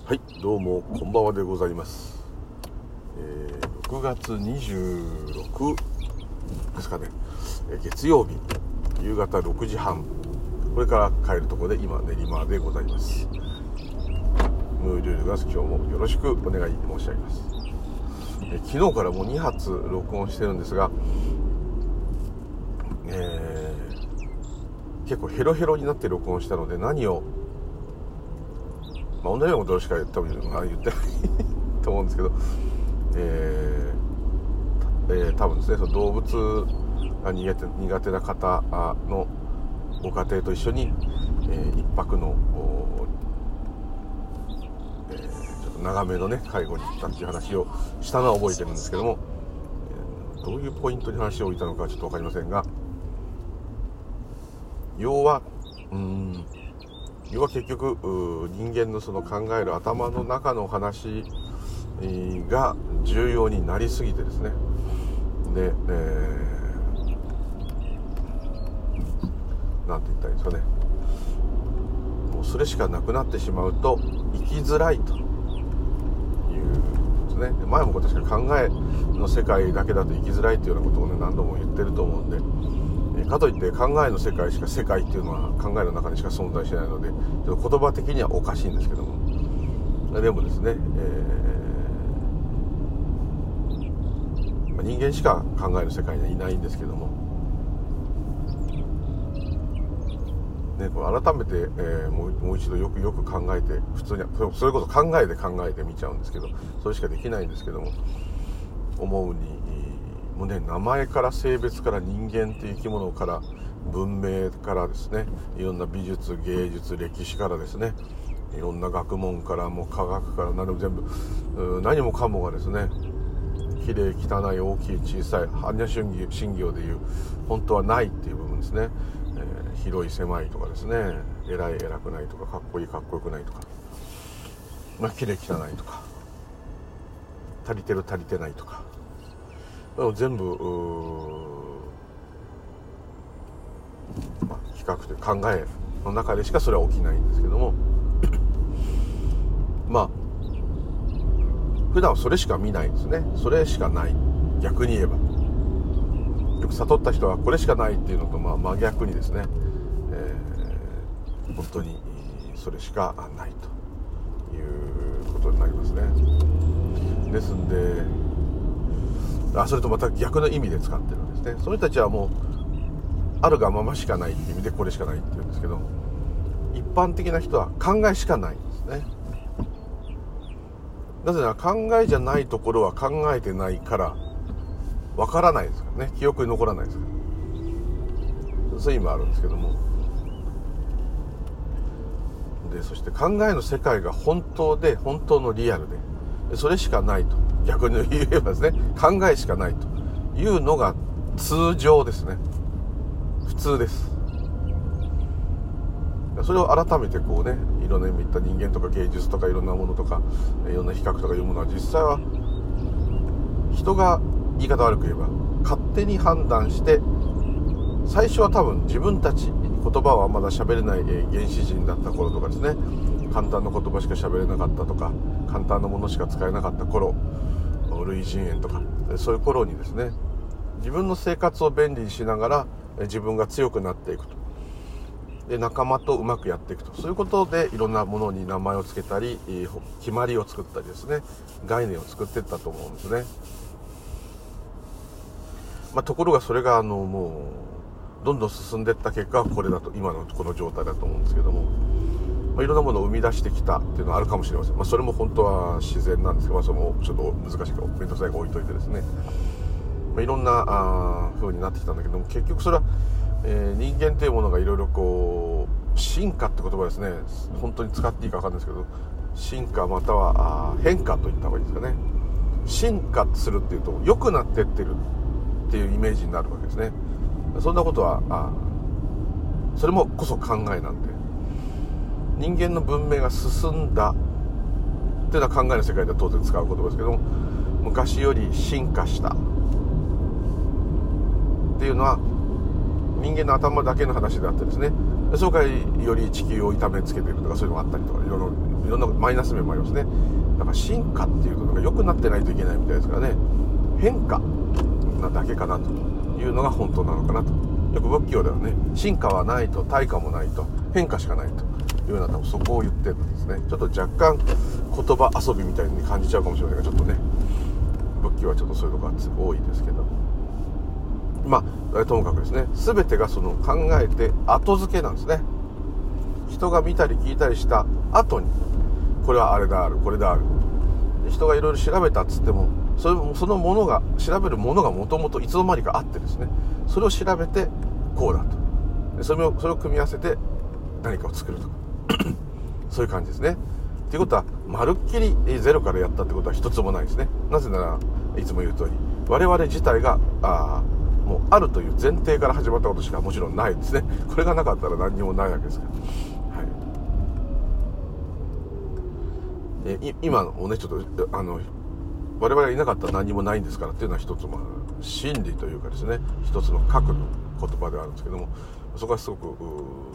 はい、どうもこんばんはでございます。6月26ですかね、月曜日夕方6時半、これから帰るところで今練馬でございます。ムールールが今日もよろしくお願い申し上げます。昨日からもう2発録音してるんですが、結構ヘロヘロになって録音したので何を同じようなことしか多分言ってないと思うんですけど、多分ですね、その動物が苦手な方のご家庭と一緒に、一泊のちょっと長めのね介護に行ったっていう話をしたのは覚えてるんですけども、どういうポイントに話を置いたのかちょっと分かりませんが、要は結局人間のその考える頭の中の話が重要になりすぎてですね、で、なんて言ったらいいんですかね、もうそれしかなくなってしまうと生きづらいというですね。で、前も確か考えの世界だけだと生きづらいというようなことをね何度も言ってると思うんで、かといって考えの世界っていうのは考えの中にしか存在しないので、ちょっと言葉的にはおかしいんですけども、でもですね、人間しか考える世界にはいないんですけども、ね、これ改めて、もう一度よく考えて、普通にそれこそ考えてみちゃうんですけど、それしかできないんですけども、思うにもうね、名前から性別から人間っていう生き物から文明からですね、いろんな美術芸術歴史からですね、いろんな学問からもう科学から何でも全部何もかもがですね、綺麗汚い大きい小さい般若心経でいう本当はないっていう部分ですね、広い狭いとかですね、偉い偉くないとか、かっこいいかっこよくないとか、綺麗汚いとか、足りてる足りてないとか、全部比較という考えの中でしかそれは起きないんですけども普段はそれしか見ないんですね。それしかない。逆に言えばよく悟った人はこれしかないっていうのと真逆にですね、本当にそれしかないということになりますね。ですんでそれとまた逆の意味で使ってるんですね。その人たちはもうあるがまましかないっていう意味でこれしかないって言うんですけど、一般的な人は考えしかないんですね。なぜなら考えじゃないところは考えてないからわからないですからね、記憶に残らないですから、そういう意味もあるんですけども、でそして考えの世界が本当で本当のリアルでそれしかないと、逆に言えばですね、考えしかないというのが通常ですね。普通です。それを改めてこうね、いろんな意味言った人間とか芸術とかいろんなものとかいろんな比較とかいうものは、実際は人が言い方悪く言えば勝手に判断して、最初は多分自分たち言葉はまだ喋れない原始人だった頃とかですね、簡単な言葉しか喋れなかったとか、簡単なものしか使えなかった頃、類人猿とかそういう頃にですね、自分の生活を便利にしながら自分が強くなっていくと、で仲間とうまくやっていくと、そういうことでいろんなものに名前を付けたり決まりを作ったりですね、概念を作っていったと思うんですね。ところがそれがもうどんどん進んでいった結果はこれだと、今のこの状態だと思うんですけども、いろんなものを生み出してきたっていうのはあるかもしれません。それも本当は自然なんですけど、それもちょっと難しいから面倒くさいから置いといてですね、いろんな風になってきたんだけども、結局それは、人間というものがいろいろこう進化って言葉ですね、本当に使っていいか分かんないですけど、進化または変化と言った方がいいですかね。進化するっていうと良くなってってるっていうイメージになるわけですね。そんなことはそれもこそ考えなんで、人間の文明が進んだっていうのは考えの世界では当然使う言葉ですけども、昔より進化したっていうのは人間の頭だけの話であってですね、そこからより地球を痛めつけているとかそういうのがあったりとか、いろんなマイナス面もありますね。だから進化っていうとなんか良くなってないといけないみたいですからね、変化なだけかなというのが本当なのかなと。よく仏教ではね、進化はないと、対価もないと、変化しかないというような、多分そこを言ってるんですね。ちょっと若干言葉遊びみたいに感じちゃうかもしれないが、ちょっとね、仏教はちょっとそういうのが多いですけど、まあともかくですね、全てがその考えて後付けなんですね。人が見たり聞いたりした後に、これはあれである、これである、人がいろいろ調べたっつっても、そのものが、調べるものがもともといつの間にかあってですね、それを調べてこうだと、でそれを組み合わせて何かを作るとそういう感じですね。ということは、まるっきりゼロからやったってことは一つもないですね。なぜなら、いつも言う通り、我々自体がもうあるという前提から始まったことしかもちろんないですね。これがなかったら何にもないわけですから、はい。今のね、ちょっと我々がいなかったら何にもないんですからっていうのは一つ、真理というかですね、一つの核の言葉であるんですけども、そこはすごく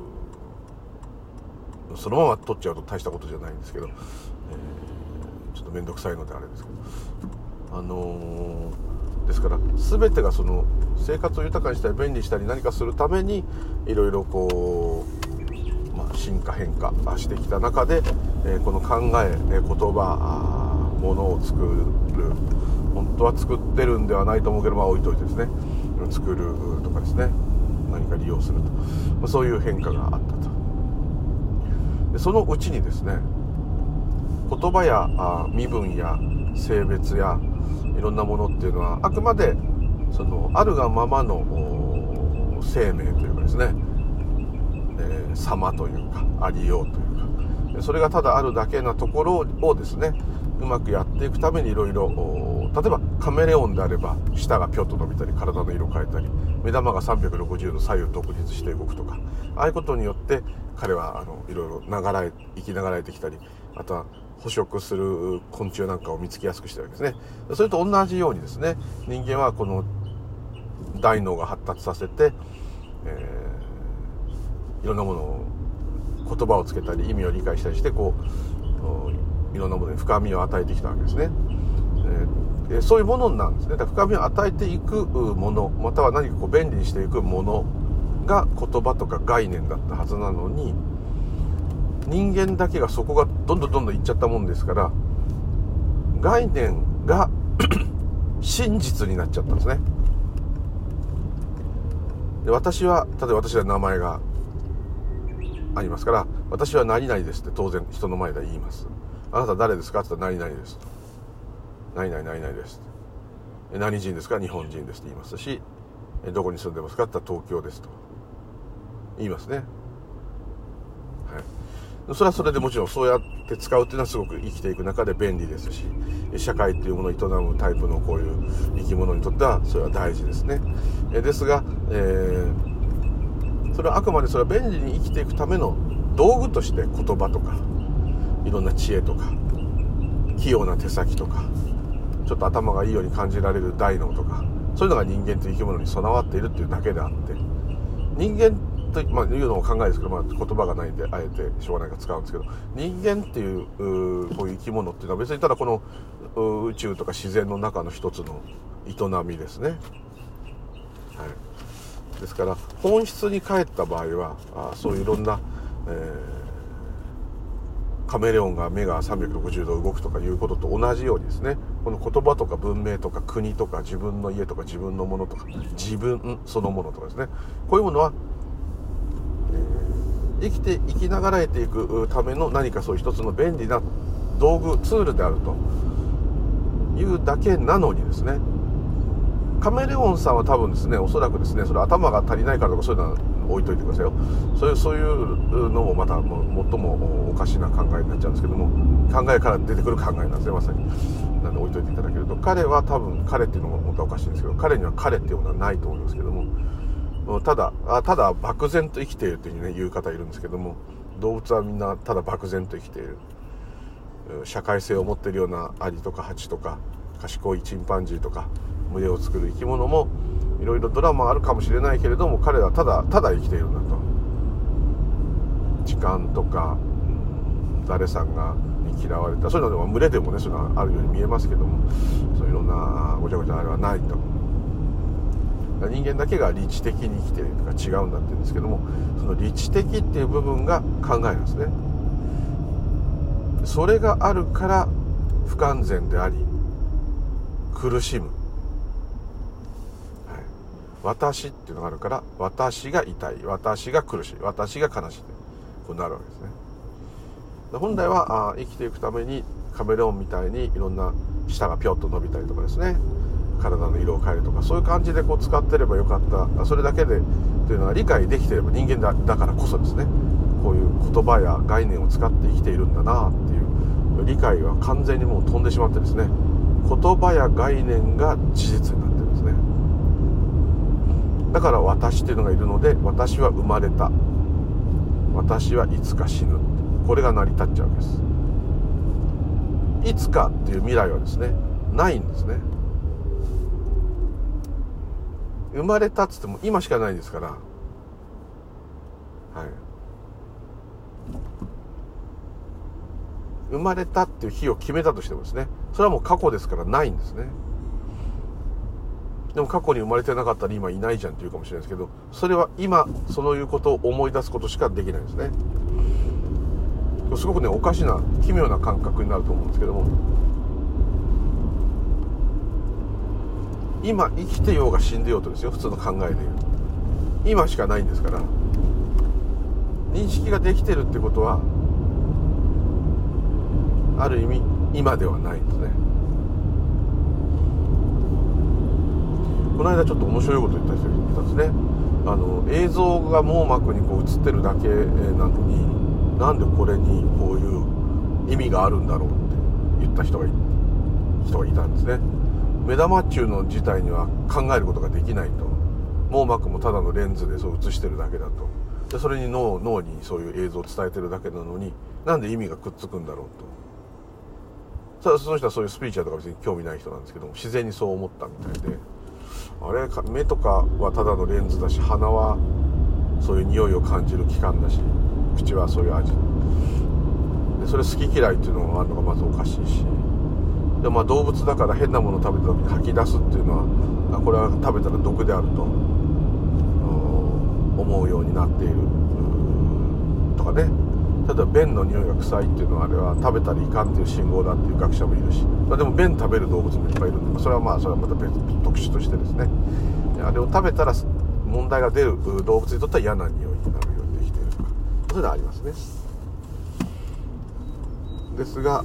そのまま取っちゃうと大したことじゃないんですけど、ちょっと面倒くさいのであれですけど、ですから全てがその生活を豊かにしたり便利にしたり何かするためにいろいろこう、進化変化してきた中で、この考え、言葉、ものを作る、本当は作ってるんではないと思うけど、置いといてですね、作るとかですね、何か利用すると、そういう変化があったと。でそのうちにですね、言葉や身分や性別やいろんなものっていうのはあくまでそのあるがままの生命というかですね、様というかありようというか、それがただあるだけなところをですね、うまくやっていくためにいろいろ、例えばカメレオンであれば舌がピョッと伸びたり体の色変えたり目玉が360度左右独立して動くとか、ああいうことによって彼はいろいろ生きながらえてきたり、あとは捕食する昆虫なんかを見つけやすくしてるわけですね。それと同じようにですね、人間はこの大脳が発達させて、いろんなものを言葉をつけたり意味を理解したりして、こういろんなものに深みを与えてきたわけですね。そういうものなんですね。だから深みを与えていくもの、または何かこう便利にしていくものが言葉とか概念だったはずなのに、人間だけがそこがどんどんいっちゃったもんですから、概念が真実になっちゃったんですね。で、例えば私は名前がありますから、私は何々ですって当然人の前で言います。あなた誰ですかって言ったら何々ですと、何々何々ですと、何人ですか、日本人ですって言いますし、どこに住んでますかって言ったら東京ですと言いますね。はい。それはそれでもちろんそうやって使うっていうのはすごく生きていく中で便利ですし、社会っていうものを営むタイプのこういう生き物にとってはそれは大事ですね。ですが、それはあくまでそれは便利に生きていくための道具として言葉とかいろんな知恵とか器用な手先とかちょっと頭がいいように感じられる大脳とか、そういうのが人間という生き物に備わっているっていうだけであって、人間というのも考えですけど、言葉がないんであえてしょうがないから使うんですけど、人間っていうこういう生き物っていうのは別にただこの宇宙とか自然の中の一つの営みですね。はい。ですから本質に帰った場合はそういういろんな、カメレオンが目が360度動くとかいうことと同じようにですね、この言葉とか文明とか国とか自分の家とか自分のものとか自分そのものとかですね、こういうものは、生きながらえていくための何かそういう一つの便利な道具ツールであるというだけなのにですね、カメレオンさんは多分ですね、おそらくですね、それ頭が足りないからとかそういうのは置いといてくださいよ。そういうのもまた最もおかしな考えになっちゃうんですけども、考えから出てくる考えなんですね、まさに。なんで置いといていただけると、彼は多分彼っていうのも本当はおかしいんですけど、彼には彼っていうものはないと思いますけども、ただ漠然と生きているという、ね、言う方いるんですけども、動物はみんなただ漠然と生きている、社会性を持っているようなアリとかハチとか賢いチンパンジーとか群れを作る生き物もいろいろドラマあるかもしれないけれども、彼はただただ生きているんだと。時間とか、誰さんが嫌われた、そういうのでも群れでもね、そういうのがあるように見えますけども、そういういろんなごちゃごちゃあれはないと。人間だけが理知的に生きているとか違うんだって言うんですけども、その理知的っていう部分が考えなんですね。それがあるから不完全であり苦しむ、はい、私っていうのがあるから私が痛い、私が苦しい、私が悲しい、こうなるわけですね。本来は生きていくためにカメレオンみたいにいろんな舌がピョッと伸びたりとかですね、体の色を変えるとか、そういう感じでこう使ってればよかった、それだけでというのが理解できていれば、人間だからこそですね、こういう言葉や概念を使って生きているんだなっていう理解は完全にもう飛んでしまってですね、言葉や概念が事実になってるんですね。だから私っていうのがいるので、私は生まれた、私はいつか死ぬ、これが成り立っちゃうわけです。いつかっていう未来はですね、ないんですね。生まれたっつっても今しかないですから、はい、生まれたっていう日を決めたとしてもですね、それはもう過去ですからないんですね。でも過去に生まれてなかったら今いないじゃんって言うかもしれないですけど、それは今そういうことを思い出すことしかできないんですね。すごくね、おかしな奇妙な感覚になると思うんですけども、今生きてようが死んでようとですよ、普通の考えでいう今しかないんですから、認識ができてるってことはある意味今ではないんですね。この間ちょっと面白いこと言った人がいたんですね。映像が網膜にこう映ってるだけなのに、なんでこれにこういう意味があるんだろうって言った人がいたんですね。目玉っちゅうの自体には考えることができないと。網膜もただのレンズでそう映してるだけだと。でそれに脳にそういう映像を伝えてるだけなのに、なんで意味がくっつくんだろうと。その人はそういうスピリチュアルとか別に興味ない人なんですけども、自然にそう思ったみたいで、あれ目とかはただのレンズだし、鼻はそういう匂いを感じる器官だし、口はそういう味で、それ好き嫌いっていうのがあるのがまずおかしいし、で動物だから変なものを食べた時に吐き出すっていうのは、これは食べたら毒であると思うようになっているとかね。ただ便の匂いが臭いっていうのは、あれは食べたらいかんっていう信号だっていう学者もいるし、でも便食べる動物もいっぱいいるんで、それはまた別特殊としてですね、あれを食べたら問題が出る動物にとっては嫌な匂いになるようにできているとか、それはありますね。ですが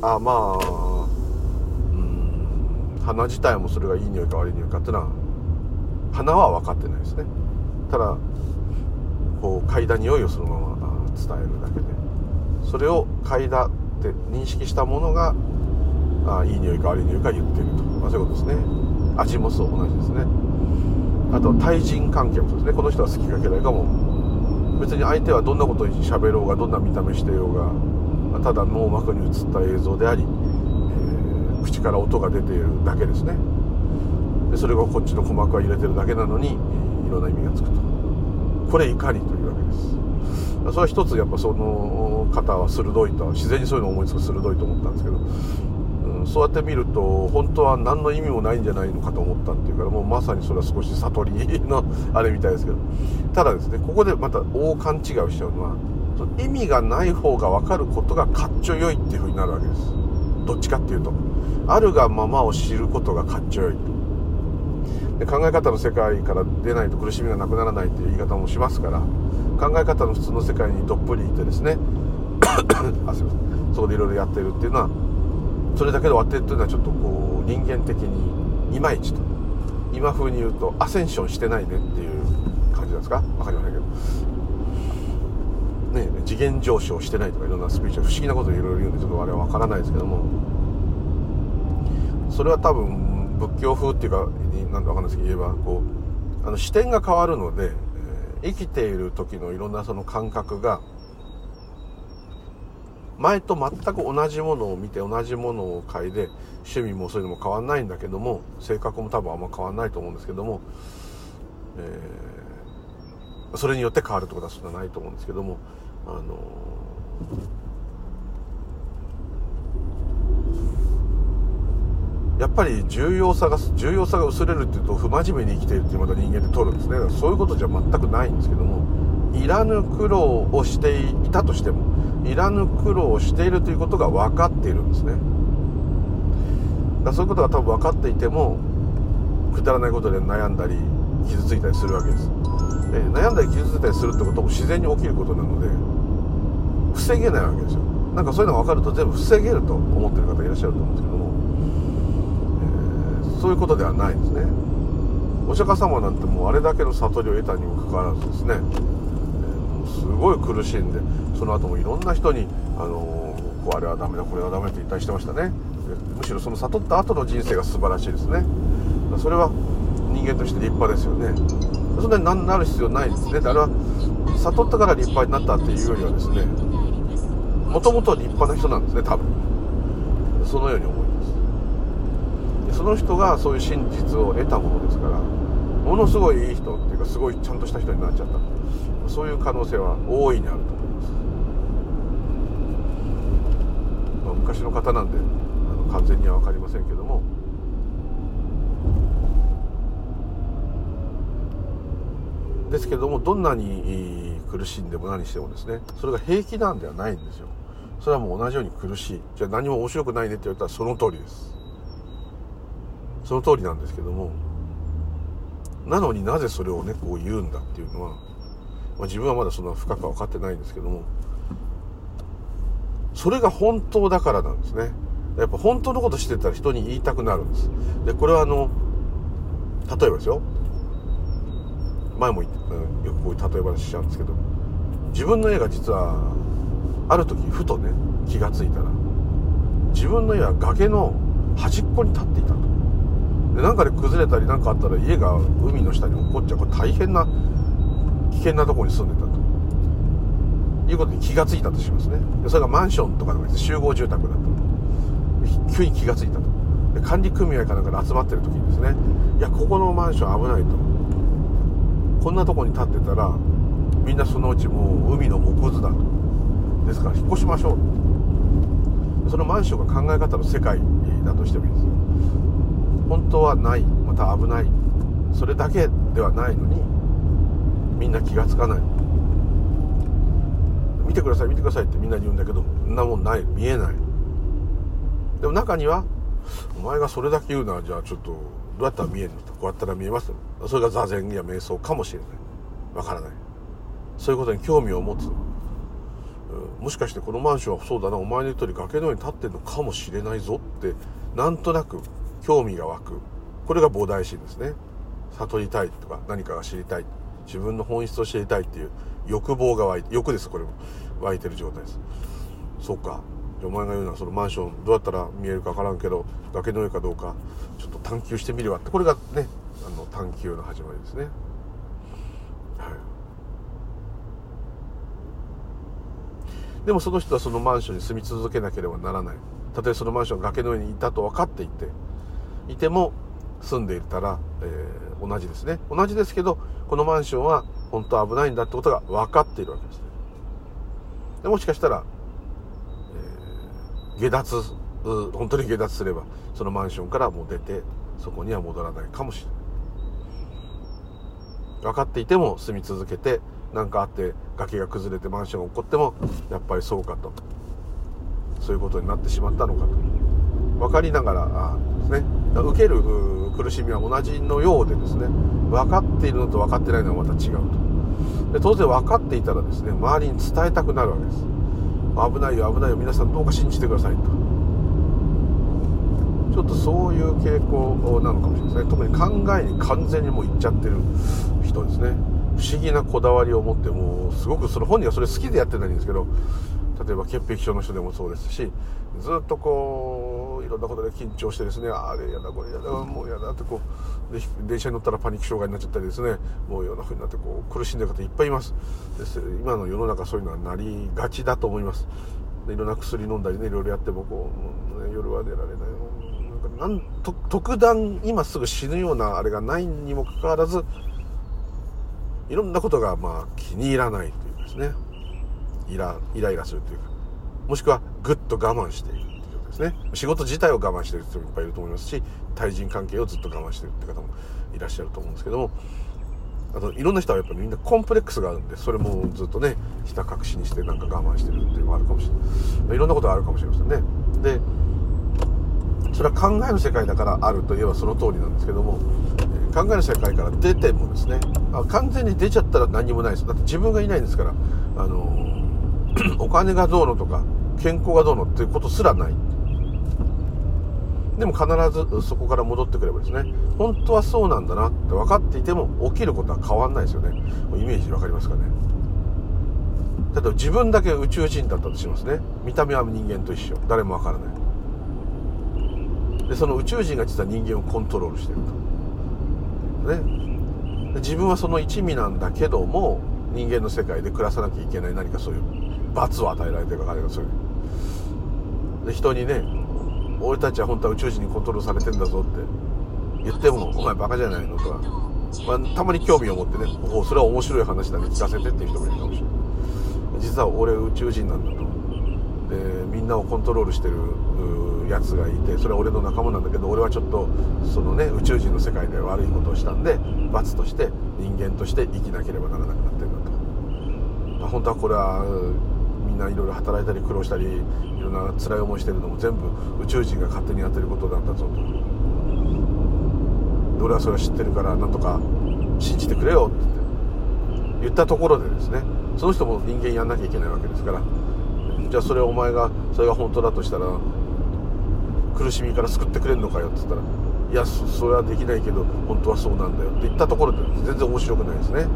鼻自体もそれがいい匂いか悪い匂いかっていうのは、鼻は分かってないですね。ただこう嗅いだ匂いをそのまま伝えるだけで、それを嗅いだって認識したものがいい匂いか悪い匂いか言っていると、そういうことですね。味もそう同じですね。あと対人関係もそうですね。この人は好きか嫌いかも、別に相手はどんなことに喋ろうが、どんな見た目してようが、ただ網膜に映った映像であり、口から音が出ているだけですね。でそれがこっちの鼓膜が揺れてるだけなのに、いろんな意味がつくと。これいかにというわけです。それは一つやっぱその方は鋭いと、自然にそういうのを思いつく鋭いと思ったんですけど、そうやって見ると本当は何の意味もないんじゃないのかと思ったっていうから、もうまさにそれは少し悟りのあれみたいですけど、ただですね、ここでまた大勘違いをしちゃうのは、その意味がない方が分かることがかっちょよいっていう風になるわけです。どっちかっていうと、あるがままを知ることがかっちょよいで、考え方の世界から出ないと苦しみがなくならないっていう言い方もしますから、考え方の普通の世界にどっぷりいてですねすいません、そこでいろいろやってるっていうのは、それだけで終わってるっていうのはちょっとこう人間的にいまいちと、今風に言うとアセンションしてないねっていう感じなんですか、わかりませんけどね、次元上昇してないとか、いろんなスピーチは不思議なことをいろいろ言うんで、ちょっとあれはわからないですけども、それは多分仏教風っていうかなんだわかんないですけど、言えばこう視点が変わるので、生きている時のいろんなその感覚が前と全く同じものを見て同じものを嗅いで、趣味もそういうのも変わんないんだけども、性格も多分あんま変わんないと思うんですけども、 それによって変わるってことはそんなないと思うんですけども、やっぱり重要さが薄れるっていうと不真面目に生きているっていうまた人間で取るんですね。だからそういうことじゃ全くないんですけども、いらぬ苦労をしていたとしても、いらぬ苦労をしているということが分かっているんですね。だからそういうことが多分分かっていてもくだらないことで悩んだり傷ついたりするわけです。悩んだり傷ついたりするってことも自然に起きることなので防げないわけですよ。なんかそういうのが分かると全部防げると思ってる方いらっしゃると思うんですけども、そういうことではないんですね。お釈迦様なんてもうあれだけの悟りを得たにもかかわらずですね、すごい苦しんで、その後もいろんな人にあれはダメだこれはダメって言ったりしてましたね。むしろその悟った後の人生が素晴らしいですね。それは人間として立派ですよね。そんなになる必要ないですね。あれは悟ったから立派になったっていうよりはですね、もともと立派な人なんですね、多分。そのように思います。その人がそういう真実を得たものですから、ものすごいいい人っていうかすごいちゃんとした人になっちゃった、そういう可能性は大いにあると思います。昔の方なんで完全には分かりませんけども、ですけどもどんなに苦しんでも何してもですね、それが平気なんではないんですよ。それはもう同じように苦しい、じゃあ何も面白くないねって言われたらその通りです。その通りなんですけども、なのになぜそれをねこう言うんだっていうのは、自分はまだそんな深く分かってないんですけども、それが本当だからなんですね。やっぱ本当のことしてたら人に言いたくなるんです。でこれは例えばですよ、前もよくこういう例え話しちゃうんですけど、自分の家が実はある時ふとね気がついたら、自分の家は崖の端っこに立っていたと。でなんかで崩れたりなんかあったら家が海の下に落っこっちゃう、これ大変な危険なところに住んでたということに気がついたとしますね。でそれがマンションとかでも集合住宅だと、急に気がついたと。で管理組合かなんかで集まってる時にですね、いやここのマンション危ないと、こんなとこに建ってたらみんなそのうちもう海の藻くずだと、ですから引っ越しましょう。そのマンションが考え方の世界だとしてもいいです。本当はない、また危ない、それだけではないのにみんな気がつかない。見てください見てくださいってみんなに言うんだけど、そんなもんない、見えない。でも中には、お前がそれだけ言うならじゃあちょっとどうやったら見えるのと、こうやったら見えます。それが座禅や瞑想かもしれない、わからない。そういうことに興味を持つ。もしかしてこのマンションはそうだな、お前の言う通り崖の上に立ってるのかもしれないぞってなんとなく興味が湧く。これが菩提心ですね。悟りたいとか何かが知りたい、自分の本質を知りたいっていう欲望が湧いて、欲です、これも湧いてる状態です。そうか、お前が言うのはそのマンションどうやったら見えるか分からんけど崖の上かどうかちょっと探求してみるわって、これがね探求の始まりですね。はい。でもその人はそのマンションに住み続けなければならない。たとえそのマンションが崖の上にいたと分かっていても住んでいたら、同じですね。同じですけどこのマンションは本当は危ないんだってことが分かっているわけです。でもしかしたら、本当に下脱すればそのマンションからもう出てそこには戻らないかもしれない。分かっていても住み続けて、何かあって崖が崩れてマンションが起こってもやっぱりそうかと、そういうことになってしまったのかと分かりながらですね、受ける苦しみは同じのようでですね、分かっているのと分かってないのはまた違うと。で当然分かっていたらですね、周りに伝えたくなるわけです。危ないよ危ないよ、皆さんどうか信じてくださいと。ちょっとそういう傾向なのかもしれないですね。特に考えに完全にもういっちゃってる人ですね。不思議なこだわりを持って、もうすごくその本人はそれ好きでやってないんですけど、例えば潔癖症の人でもそうですし、ずっとこういろんなことで緊張してですね、あれやだこれやだもうやだってこうで電車に乗ったらパニック障害になっちゃったりですね、もういろんな風になってこう苦しんでる方いっぱいいますです。今の世の中そういうのはなりがちだと思います。でいろんな薬飲んだりね、いろいろやってもこう、ね、夜は寝られない、特段今すぐ死ぬようなあれがないにもかかわらずいろんなことが気に入らないというかですね、イライラするというか、もしくはぐっと我慢しているということですね。仕事自体を我慢している人もいっぱいいると思いますし、対人関係をずっと我慢しているって方もいらっしゃると思うんですけども、あといろんな人はやっぱりみんなコンプレックスがあるんで、それもずっとねひた隠しにして我慢してるっていうのもあるかもしれない。いろんなことがあるかもしれませんね。でそれは考えの世界だからあるといえばその通りなんですけども、考えの世界から出てもですね、完全に出ちゃったら何もないです。だって自分がいないんですから、お金がどうのとか健康がどうのっていうことすらない。でも必ずそこから戻ってくればですね、本当はそうなんだなって分かっていても起きることは変わんないですよね。イメージ分かりますかね。例えば自分だけ宇宙人だったとしますね。見た目は人間と一緒、誰も分からない。でその宇宙人が実は人間をコントロールしていると、ね、で自分はその一味なんだけども、人間の世界で暮らさなきゃいけない何かそういう罰を与えられてるから、そういうで人にね、俺たちは本当は宇宙人にコントロールされてんだぞって言っても、お前バカじゃないのとか、たまに興味を持ってね、それは面白い話だね、聞かせてっていう人もいるかもしれない。実は俺宇宙人なんだと。でみんなをコントロールしてるやつがいて、それは俺の仲間なんだけど、俺はちょっとそのね宇宙人の世界で悪いことをしたんで、罰として人間として生きなければならなくなってるんだと。本当はこれはみんないろいろ働いたり苦労したりいろんな辛い思いしてるのも全部宇宙人が勝手にやってることなんだぞと。俺はそれは知ってるからなんとか信じてくれよって言ったところでですね、その人も人間やんなきゃいけないわけですから、じゃあそれお前がそれが本当だとしたら苦しみから救ってくれるのかよって言ったら、いや それはできないけど本当はそうなんだよって言ったところで全然面白くないですね。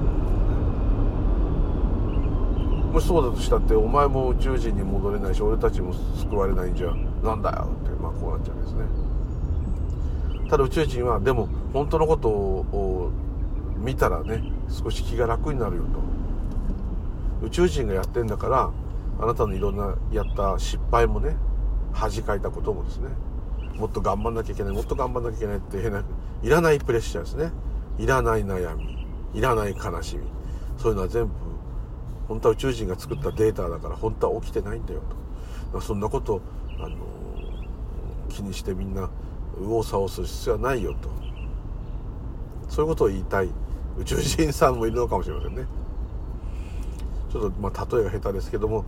もしそうだとしたって、お前も宇宙人に戻れないし俺たちも救われないんじゃなんだよって、こうなっちゃうんですね。ただ宇宙人はでも本当のことを見たらね、少し気が楽になるよと。宇宙人がやってんだから、あなたのいろんなやった失敗もね、恥かいたこともですね、もっと頑張んなきゃいけない、もっと頑張んなきゃいけないっていらないプレッシャーですね、いらない悩み、いらない悲しみ、そういうのは全部本当は宇宙人が作ったデータだから本当は起きてないんだよと。そんなこと気にしてみんな右往左往する必要はないよと、そういうことを言いたい宇宙人さんもいるのかもしれませんね。ちょっと例えが下手ですけども、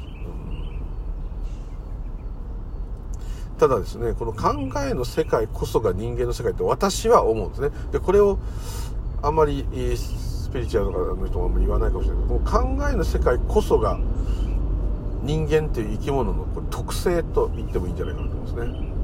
ただですね、この考えの世界こそが人間の世界って私は思うんですね。でこれをあんまりスピリチュアルとかの人もあんまり言わないかもしれないけど、この考えの世界こそが人間っていう生き物の特性と言ってもいいんじゃないかなと思いますね。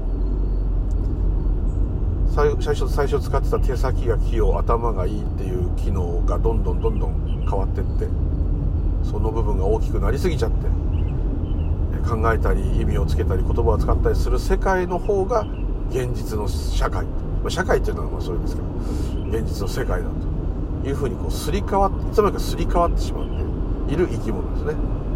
最初使ってた手先が器用、頭がいいっていう機能がどんどん変わってって、その部分が大きくなりすぎちゃって、考えたり意味をつけたり言葉を使ったりする世界の方が現実の社会、社会っていうのはそれですけど現実の世界だというふうにすり替わって、いつの間にかすり替わってしまっている生き物ですね。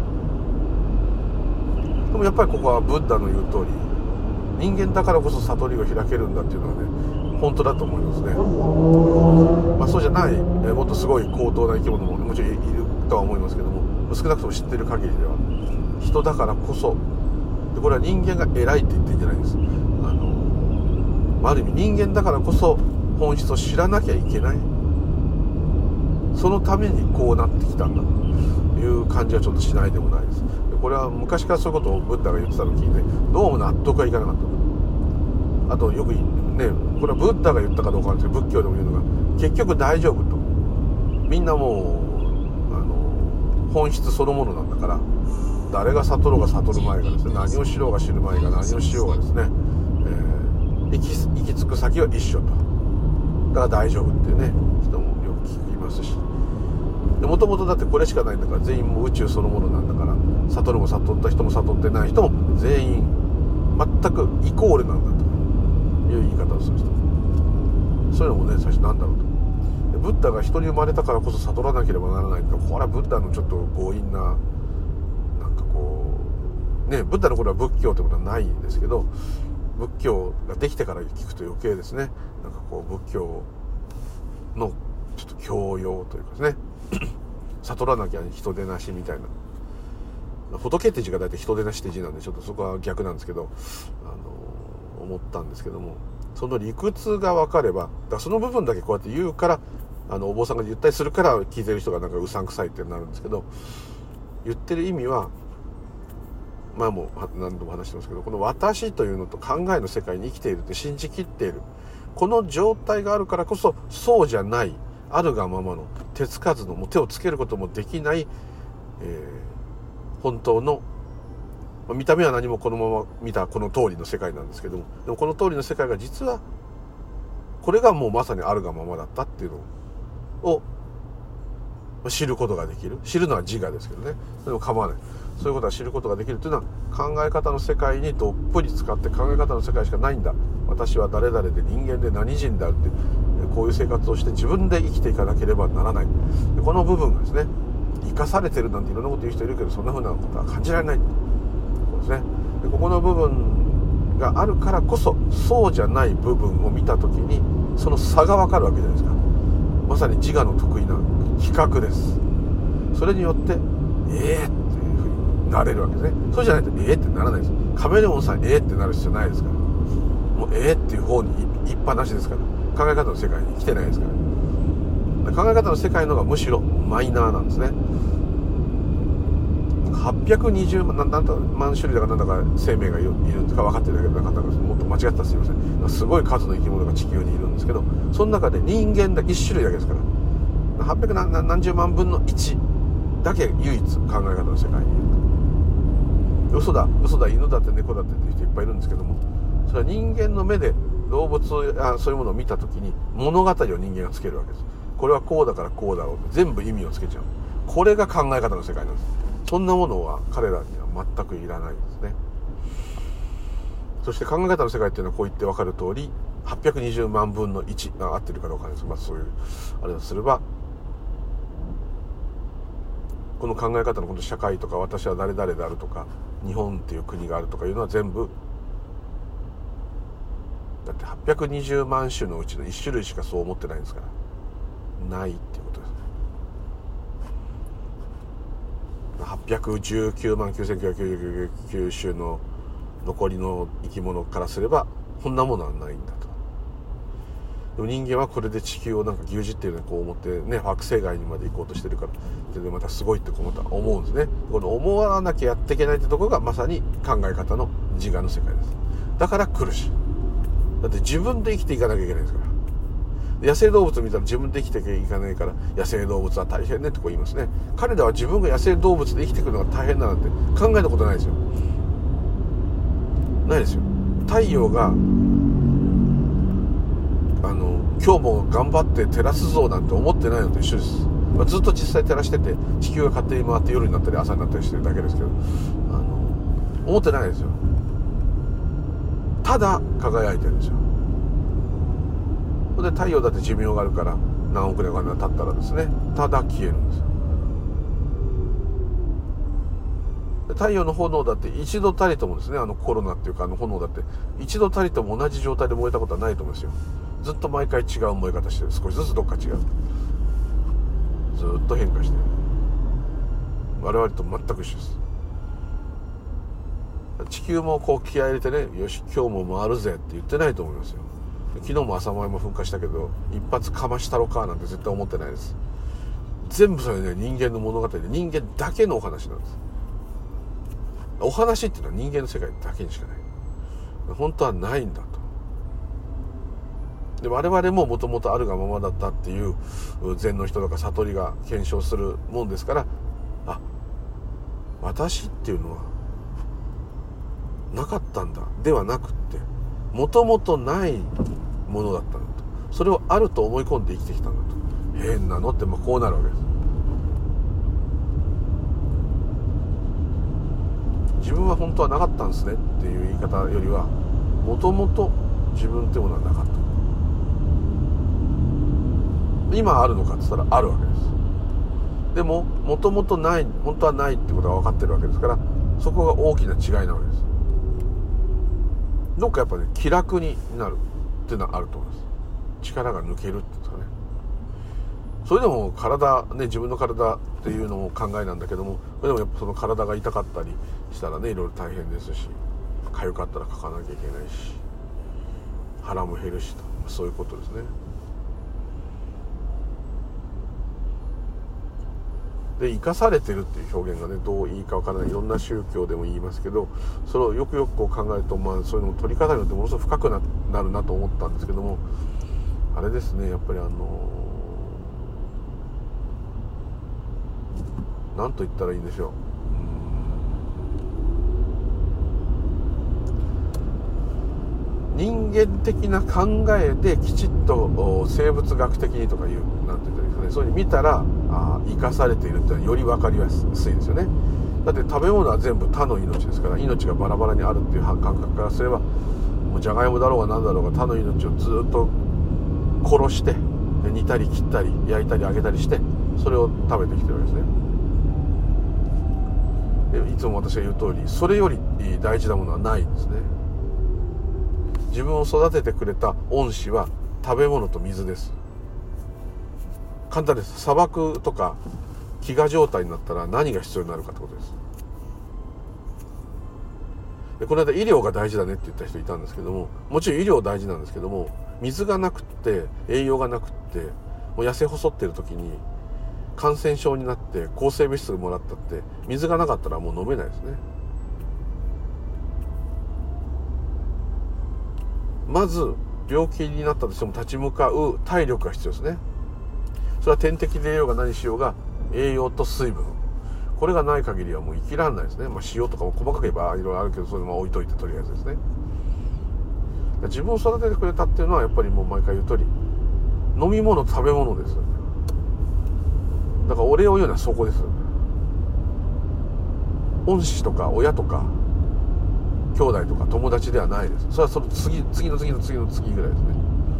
でもやっぱりここはブッダの言う通り、人間だからこそ悟りを開けるんだっていうのはね、本当だと思いますね。そうじゃない、もっとすごい高等な生き物ももちろんいるとは思いますけども、少なくとも知ってる限りでは人だからこそ、でこれは人間が偉いって言ってるんじゃないんです。ある意味人間だからこそ本質を知らなきゃいけない、そのためにこうなってきたんだという感じはちょっとしないでもないです。これは昔からそういうことをブッダが言ってたのを聞いてどうも納得がいかなかった。あとよくね、これはブッダが言ったかどうかなんですけど、仏教でも言うのが結局大丈夫と、みんなもう本質そのものなんだから、誰が悟ろうが悟る前がですね、何を知ろうが知る前が何をしようがですね、行き着く先は一緒と。だから大丈夫っていうね人もよく聞きますし、もともとだってこれしかないんだから、全員も宇宙そのものなんだから、悟るも悟った人も悟ってない人も全員全くイコールなんだという言い方をする人、そういうのもね最初なんだろうと。ブッダが人に生まれたからこそ悟らなければならないって、これはブッダのちょっと強引な、ブッダの頃は仏教ってことはないんですけど、仏教ができてから聞くと余計ですね、仏教のちょっと教養というかですね悟らなきゃ人出なしみたいな、仏って字が大体人出なしって字なんでちょっとそこは逆なんですけど、思ったんですけども、その理屈が分かれば、だからその部分だけこうやって言うから、お坊さんが言ったりするから聞いてる人がなんかうさんくさいってなるんですけど、言ってる意味は前も何度も話してますけど、この私というのと考えの世界に生きているって信じきっている、この状態があるからこそ、そうじゃない、あるがままの手つかずの、もう手をつけることもできない、本当の、見た目は何もこのまま見たこの通りの世界なんですけども、でもこの通りの世界が実はこれがもうまさにあるがままだったっていうのを知ることができる。知るのは自我ですけどね、でも構わない。そういうことは知ることができるというのは、考え方の世界にどっぷり使って、考え方の世界しかないんだ、私は誰々で人間で何人であるって、こういう生活をして自分で生きていかなければならない。でこの部分がですね、生かされてるなんていろんなこと言う人いるけど、そんな風なことは感じられない。そうですね。でここの部分があるからこそ、そうじゃない部分を見たときにその差が分かるわけじゃないですか。まさに自我の得意な比較です。それによってっていう風になれるわけですね。そうじゃないとってならないです。カメレオンさんってなる必要ないですから、もうっていう方に一般なしですから、考え方の世界に来てないですから。考え方の世界の方がむしろマイナーなんですね。820万なんと万種類だかなんだか生命がいるんですか分かってるだけの方がもっと間違ったらすいません。すごい数の生き物が地球にいるんですけど、その中で人間だ1種類だけですから、800何十万分の1だけ唯一考え方の世界にいる。嘘だ犬だって猫だってっていう人いっぱいいるんですけども、それは人間の目で動物そういうものを見た時に物語を人間がつけるわけです。これはこうだからこうだろうって全部意味をつけちゃう。これが考え方の世界なんです。そんなものは彼らには全くいらないんですね。そして考え方の世界っていうのはこう言って分かる通り、820万分の1が合ってるかどうかです。まずそういうあれをすれば、この考え方のこの社会とか、私は誰々であるとか、日本っていう国があるとかいうのは全部だって820万種のうちの1種類しかそう思ってないんですから、ないっていうことです。819万9999種の残りの生き物からすればこんなものはないんだと。でも人間はこれで地球をなんか牛耳っているようにこう思ってね、惑星外にまで行こうとしてるからで、またすごいって思うんですね。この思わなきゃやっていけないってところがまさに考え方の自我の世界です。だから苦しい。だって自分で生きていかなきゃいけないですから。野生動物見たら自分で生きていかないから、野生動物は大変ねってこう言いますね。彼らは自分が野生動物で生きていくのが大変だなんて考えたことないですよ。ないですよ。太陽が今日も頑張って照らすぞなんて思ってないのと一緒です。ずっと実際照らしてて、地球が勝手に回って夜になったり朝になったりしてるだけですけど、思ってないですよ。ただ輝いてるんですよ。で太陽だって寿命があるから何億年か経ったらですね、ただ消えるんですよ。太陽の炎だって一度たりともですね、コロナっていうか炎だって一度たりとも同じ状態で燃えたことはないと思うんですよ。ずっと毎回違う燃え方してる。少しずつどっか違う。ずっと変化してる。我々と全く一緒です。地球もこう気合い入れてね、よし今日も回るぜって言ってないと思いますよ。昨日も朝前も噴火したけど一発かましたろかなんて絶対思ってないです。全部それね、人間の物語で人間だけのお話なんです。お話っていうのは人間の世界だけにしかない。本当はないんだと。で我々ももともとあるがままだったっていう禅の人とか悟りが検証するもんですから、私っていうのはなかったんだではなくって、もともとないものだったんだと。それをあると思い込んで生きてきたんだと。変なのってこうなるわけです。自分は本当はなかったんですねっていう言い方よりは、もともと自分っていうものはなかった。今あるのかって言ったらあるわけです。でももともとない、本当はないってことが分かってるわけですから、そこが大きな違いなわけです。どっかやっぱね、気楽になるっていうのはあると思います。力が抜けるっていうんですかね。 それでも体ね、自分の体っていうのも考えなんだけども、それでもやっぱその体が痛かったりしたらね、いろいろ大変ですし、痒かったらかかなきゃいけないし、腹も減るしと、そういうことですね。で、生かされてるっていう表現がね、どういいかわからない、いろんな宗教でも言いますけど、それをよくよくこう考えると、そういうのも取り方によってものすごく深く なるなと思ったんですけども、あれですね、やっぱりなんと言ったらいいんでしょう。人間的な考えできちっと生物学的にとかいうなんて言ったらいいですかね、そういうふうに見たら生かされているっていうのはより分かりやすいですよね。だって食べ物は全部他の命ですから、命がバラバラにあるっていう感覚からすれば、もうじゃがいもだろうが何だろうが他の命をずっと殺して煮たり切ったり焼いたり揚げたりしてそれを食べてきてるわけですね。いつも私が言う通り、それより大事なものはないんですね。自分を育ててくれた恩師は食べ物と水です。簡単です。砂漠とか飢餓状態になったら何が必要になるかってことです。でこの間医療が大事だねって言った人いたんですけども、もちろん医療大事なんですけども、水がなくって栄養がなくってもう痩せ細っている時に感染症になって抗生物質をもらったって水がなかったらもう飲めないですね。まず病気になったとしても立ち向かう体力が必要ですね。それは点滴で栄養が何しようが栄養と水分、これがない限りはもう生きられないですね。塩とかも細かく言えばいろいろあるけど、それも置いといてとりあえずですね。自分を育ててくれたっていうのはやっぱりもう毎回言う通り飲み物食べ物です。だからお礼を言うのはそこです。恩師とか親とか兄弟とか友達ではないです。それはその次の次の次の次ぐらいですね。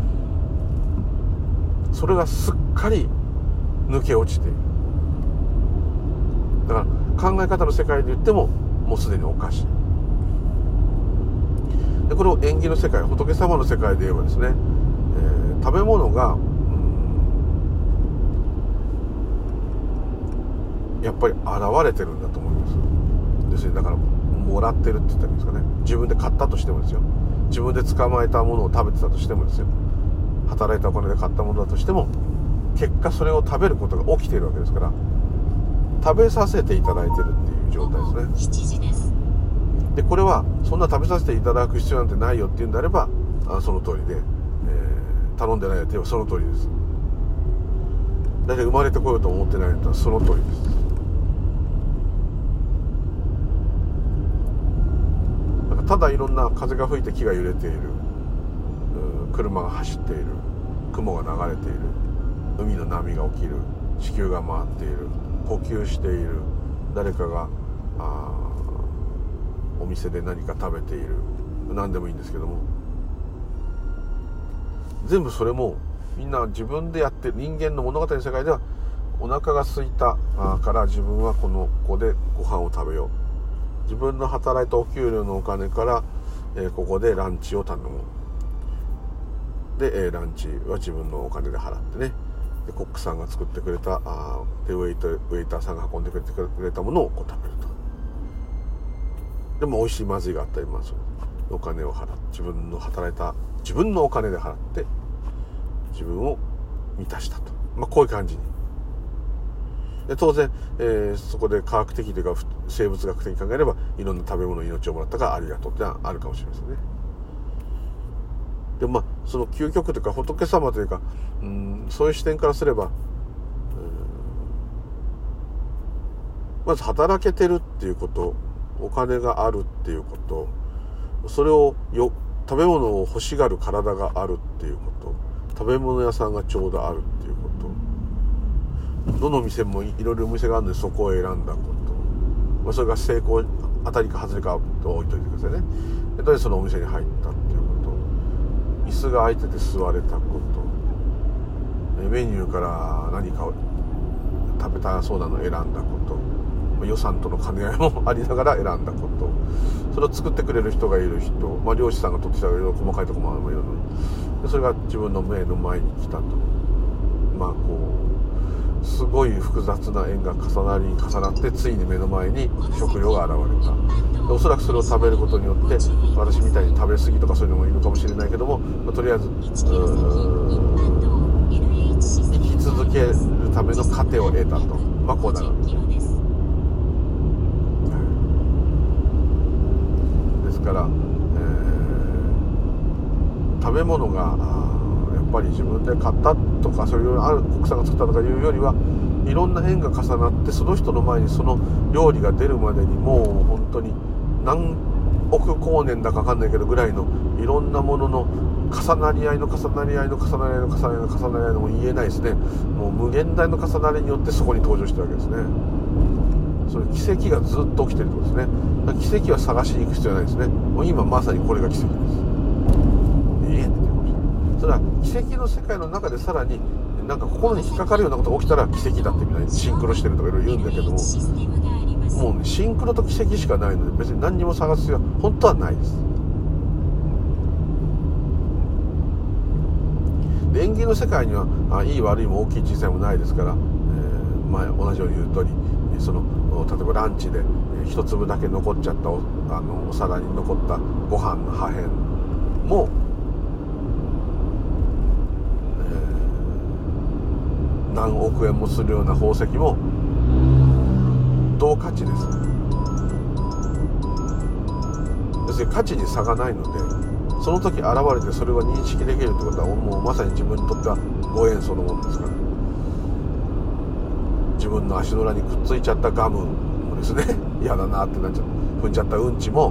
それがすっかり抜け落ちている。だから考え方の世界で言ってももうすでにおかしい。でこれを縁起の世界、仏様の世界で言えばですね、食べ物が、やっぱり現れてるんだと思います。ですね、だからもらってるって言ったらいいんですかね。自分で買ったとしてもですよ、自分で捕まえたものを食べてたとしてもですよ、働いたお金で買ったものだとしても、結果それを食べることが起きているわけですから、食べさせていただいてるっていう状態ですね。7時です。でこれはそんな食べさせていただく必要なんてないよっていうんであれば、その通りで、頼んでないよって言えばその通りです。だいたい生まれてこようと思ってないんだったらその通りです。だからただいろんな風が吹いて木が揺れている、車が走っている、雲が流れている、海の波が起きる、地球が回っている、呼吸している、誰かがお店で何か食べている、何でもいいんですけども、全部それもみんな自分でやってる。人間の物語の世界ではお腹が空いたから自分はここでご飯を食べよう、自分の働いたお給料のお金から、ここでランチを頼む。で、ランチは自分のお金で払ってね、でコックさんが作ってくれたでウェイターさんが運んでくれたものをこう食べると。でも美味しいまずいがあったります。お金を払って自分の働いた自分のお金で払って自分を満たしたと、こういう感じに。で当然、そこで科学的というか生物学的に考えればいろんな食べ物命をもらったからありがとうってのはあるかもしれませんね。でその究極というか仏様というか、そういう視点からすれば、まず働けてるっていうこと、お金があるっていうこと、それを食べ物を欲しがる体があるっていうこと、食べ物屋さんがちょうどあるっていうこと、どの店もいろいろお店があるのでそこを選んだこと、それが成功当たりか外れかと置いといてくださいね。でそのお店に入ったっていうこと、椅子が空いてて座れたこと、メニューから何かを食べたそうなのを選んだこと、予算との兼ね合いもありながら選んだこと、それを作ってくれる人がいる人、漁師さんが取ってきた細かいところもあるので、それが自分の目の前に来たと。 すごい複雑な縁が重なってついに目の前に食料が現れた。でおそらくそれを食べることによって私みたいに食べ過ぎとかそういうのもいるかもしれないけども、とりあえず生き続けるための糧を得たと、こうなるんですね。ですから、食べ物がやっぱり自分で買ったとかそういう奥さんが作ったとかいうよりはいろんな縁が重なってその人の前にその料理が出るまでにもう本当に何億光年だか分かんないけどぐらいのいろんなものの重なり合いの重なり合いの重なり合いの重なり合いの重なり合いのも言えないですね。もう無限大の重なりによってそこに登場してるわけですね。それ奇跡がずっと起きてるってことですね。奇跡は探しに行く必要はないですね。もう今まさにこれが奇跡です。それは奇跡の世界の中でさらになんか心に引っかかるようなことが起きたら奇跡だってみんなシンクロしてるとかいろいろ言うんだけども、もうねシンクロと奇跡しかないので別に何にも探す必要は本当はないです。で縁起の世界にはいい悪いも大きい小さいもないですから、同じように言う通り例えばランチで一粒だけ残っちゃったお皿に残ったご飯の破片も何億円もするような宝石も同価値です。要するに価値に差がないのでその時現れてそれを認識できるってことはもうまさに自分にとってはご縁そのものですから、自分の足の裏にくっついちゃったガムもですね嫌だなってなっちゃう踏んじゃったうんちも、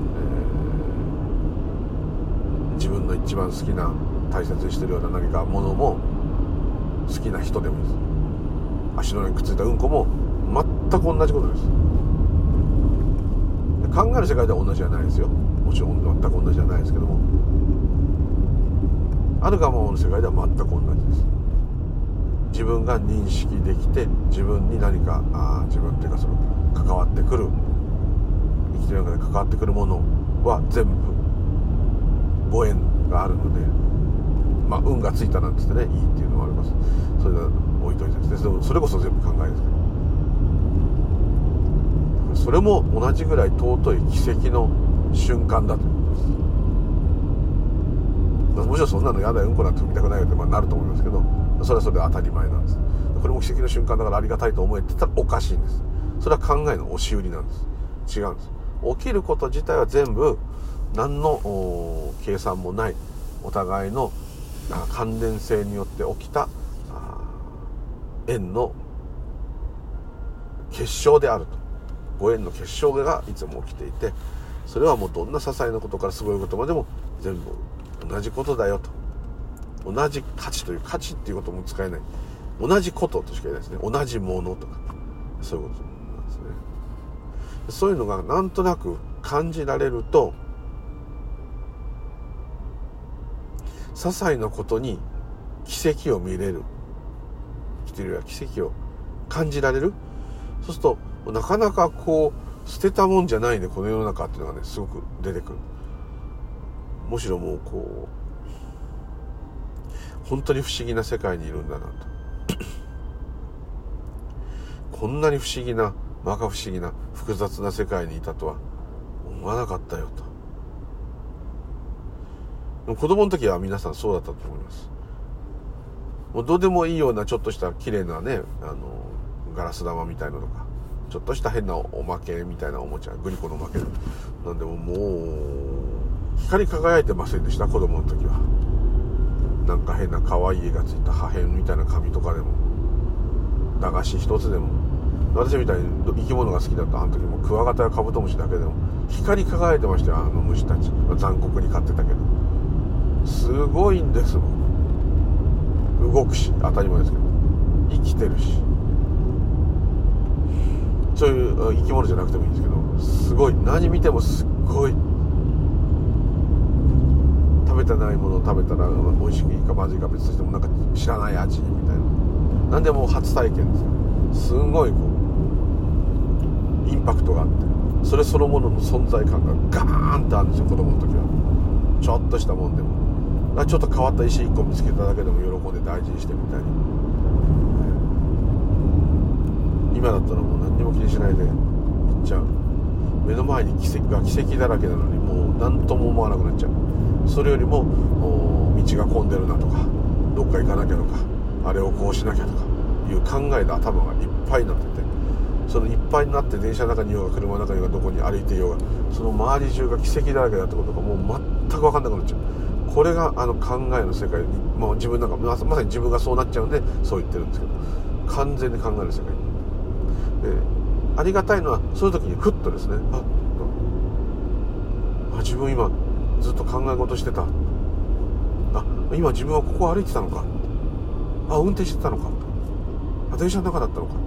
自分の一番好きな大切にしてるような何かものも好きな人でもいいです。足の裏にくっついたうんこも全く同じことです。考える世界では同じじゃないですよ。もちろん全く同じじゃないですけども、あるがままの世界では全く同じです。自分が認識できて自分に何か自分というかその関わってくる生きてる中で関わってくるものは全部ご縁があるので、運がついたなんて言ってねいいっていうのもあります。それは置いといてですね、それこそ全部考えですけど、それも同じぐらい尊い奇跡の瞬間だということです。もちろんそんなのやだようんこなんて踏みたくないよってなると思いますけど、それはそれで当たり前なんです。これも奇跡の瞬間だからありがたいと思えって言ったらおかしいんです。それは考えの押し売りなんです。違うんです。起きること自体は全部何の計算もないお互いの関連性によって起きた縁の結晶であると。ご縁の結晶がいつも起きていて、それはもうどんな些細なことからすごいことまでも全部同じことだよと。同じ価値という価値っていうことも使えない、同じこととしか言えないですね。同じものとかそういうことなんですね。そういうのがなんとなく感じられると、些細なことに奇跡を見れる、生きてるような奇跡を感じられる。そうするとなかなか捨てたもんじゃないねこの世の中っていうのがねすごく出てくる。むしろもう本当に不思議な世界にいるんだなとこんなに不思議な摩訶不思議な複雑な世界にいたとは思わなかったよと。でも子供の時は皆さんそうだったと思います。もうどうでもいいようなちょっとした綺麗なねガラス玉みたいなのとかちょっとした変なおまけみたいなおもちゃ、グリコのおまけなんでももう光り輝いてませんでした。子供の時はなんか変な可愛い絵がついた破片みたいな紙とかでも駄菓子一つでも、私みたいに生き物が好きだったあの時もクワガタやカブトムシだけでも光り輝いてましたよ。虫たち残酷に飼ってたけどすごいんですもん。動くし当たり前ですけど生きてるし、そういう生き物じゃなくてもいいんですけどすごい、何見てもすっごい。食べてないものを食べたら美味しくいいかまずいか別としてもなんか知らない味みたいな、なんでも初体験ですよ。すごいインパクトがあって、それそのものの存在感がガーンってあるんですよ。子供の時はちょっとしたもんでもちょっと変わった石1個見つけただけでも喜んで大事にしてみたり、 今だったらもう何にも気にしないで行っちゃう。目の前に奇跡だらけなのにもう何とも思わなくなっちゃう。それよりも道が混んでるなとか、どっか行かなきゃとか、あれをこうしなきゃとかいう考えで頭がいっぱいになってて、そのいっぱいになって電車の中にいようが車の中にいようがどこに歩いていようが、その周り中が奇跡だらけだってことがもう全く分かんなくなっちゃう。これが考えの世界に、自分なんかまさに自分がそうなっちゃうんでそう言ってるんですけど、完全に考えの世界で、ありがたいのはそういう時にふっとですね、自分今ずっと考え事してた、今自分はここを歩いてたのか、運転してたのか、電車の中だったのか、